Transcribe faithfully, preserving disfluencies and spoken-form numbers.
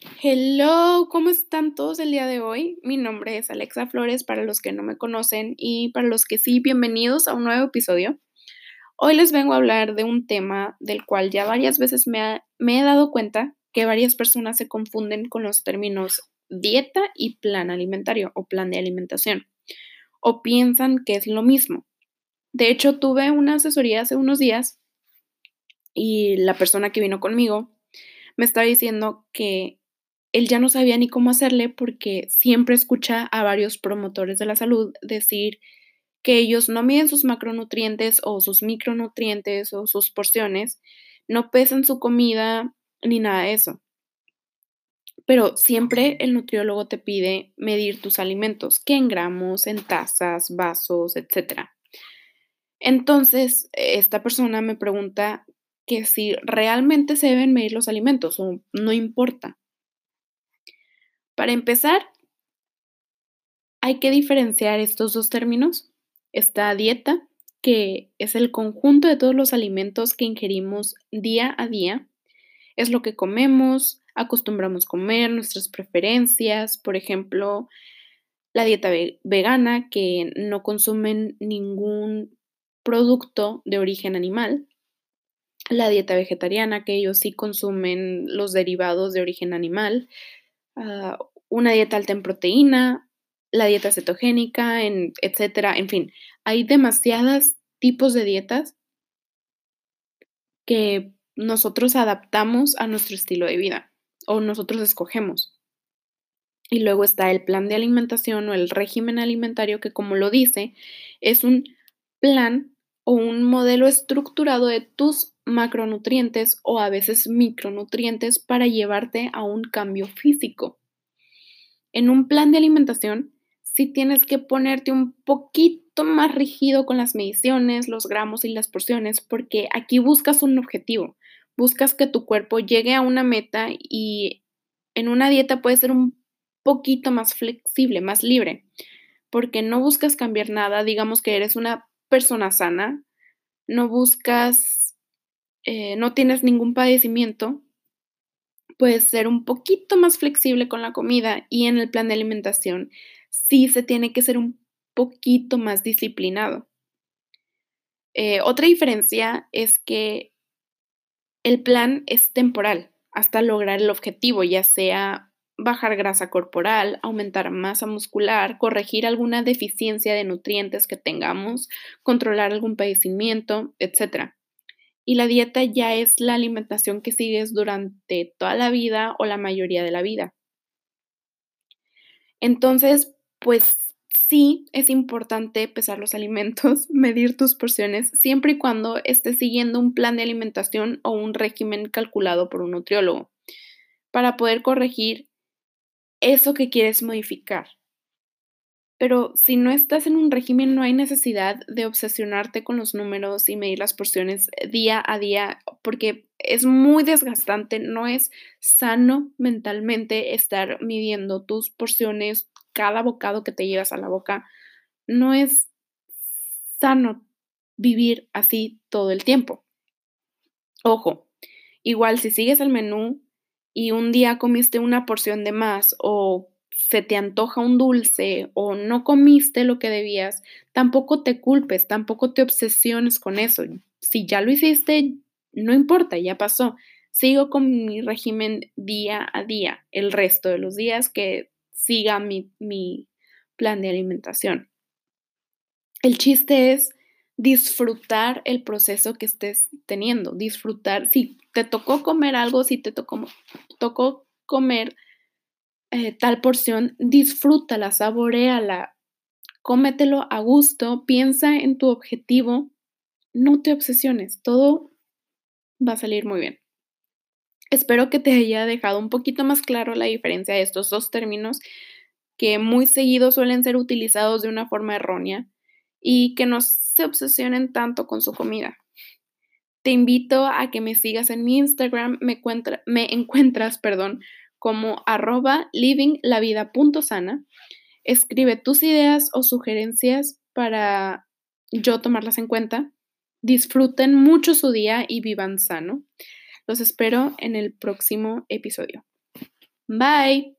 Hello, ¿cómo están todos el día de hoy? Mi nombre es Alexa Flores, para los que no me conocen y para los que sí, bienvenidos a un nuevo episodio. Hoy les vengo a hablar de un tema del cual ya varias veces me, ha- me he dado cuenta que varias personas se confunden con los términos dieta y plan alimentario o plan de alimentación, o piensan que es lo mismo. De hecho, tuve una asesoría hace unos días y la persona que vino conmigo me estaba diciendo que él ya no sabía ni cómo hacerle porque siempre escucha a varios promotores de la salud decir que ellos no miden sus macronutrientes o sus micronutrientes o sus porciones, no pesan su comida ni nada de eso. Pero siempre el nutriólogo te pide medir tus alimentos, que en gramos, en tazas, vasos, etcétera. Entonces, esta persona me pregunta que si realmente se deben medir los alimentos o no importa. Para empezar, hay que diferenciar estos dos términos. Está dieta, que es el conjunto de todos los alimentos que ingerimos día a día. Es lo que comemos, acostumbramos comer, nuestras preferencias, por ejemplo, la dieta ve- vegana, que no consumen ningún producto de origen animal. La dieta vegetariana, que ellos sí consumen los derivados de origen animal. Ah, una dieta alta en proteína, la dieta cetogénica, en etcétera, en fin, hay demasiados tipos de dietas que nosotros adaptamos a nuestro estilo de vida o nosotros escogemos. Y luego está el plan de alimentación o el régimen alimentario que, como lo dice, es un plan o un modelo estructurado de tus macronutrientes o a veces micronutrientes para llevarte a un cambio físico. En un plan de alimentación, sí tienes que ponerte un poquito más rígido con las mediciones, los gramos y las porciones, porque aquí buscas un objetivo, buscas que tu cuerpo llegue a una meta y en una dieta puede ser un poquito más flexible, más libre, porque no buscas cambiar nada, digamos que eres una persona sana, no buscas, eh, no tienes ningún padecimiento. Puedes ser un poquito más flexible con la comida y en el plan de alimentación sí se tiene que ser un poquito más disciplinado. Eh, otra diferencia es que el plan es temporal hasta lograr el objetivo, ya sea bajar grasa corporal, aumentar masa muscular, corregir alguna deficiencia de nutrientes que tengamos, controlar algún padecimiento, etcétera. Y la dieta ya es la alimentación que sigues durante toda la vida o la mayoría de la vida. Entonces, pues sí, es importante pesar los alimentos, medir tus porciones, siempre y cuando estés siguiendo un plan de alimentación o un régimen calculado por un nutriólogo, para poder corregir eso que quieres modificar. Pero si no estás en un régimen, no hay necesidad de obsesionarte con los números y medir las porciones día a día, porque es muy desgastante, no es sano mentalmente estar midiendo tus porciones, cada bocado que te llevas a la boca. No es sano vivir así todo el tiempo. Ojo, igual si sigues el menú y un día comiste una porción de más o se te antoja un dulce o no comiste lo que debías, tampoco te culpes, tampoco te obsesiones con eso. Si ya lo hiciste, no importa, ya pasó. Sigo con mi régimen día a día, el resto de los días que siga mi, mi plan de alimentación. El chiste es disfrutar el proceso que estés teniendo, disfrutar, si te tocó comer algo, si te tocó, tocó comer eh, tal porción, disfrútala, saboréala, cómetelo a gusto, piensa en tu objetivo, no te obsesiones, todo va a salir muy bien. Espero que te haya dejado un poquito más claro la diferencia de estos dos términos que muy seguido suelen ser utilizados de una forma errónea y que no se obsesionen tanto con su comida. Te invito a que me sigas en mi Instagram, me, encuentra- me encuentras, perdón, como arroba livinglavida.sana. Escribe tus ideas o sugerencias para yo tomarlas en cuenta. Disfruten mucho su día y vivan sano. Los espero en el próximo episodio. Bye.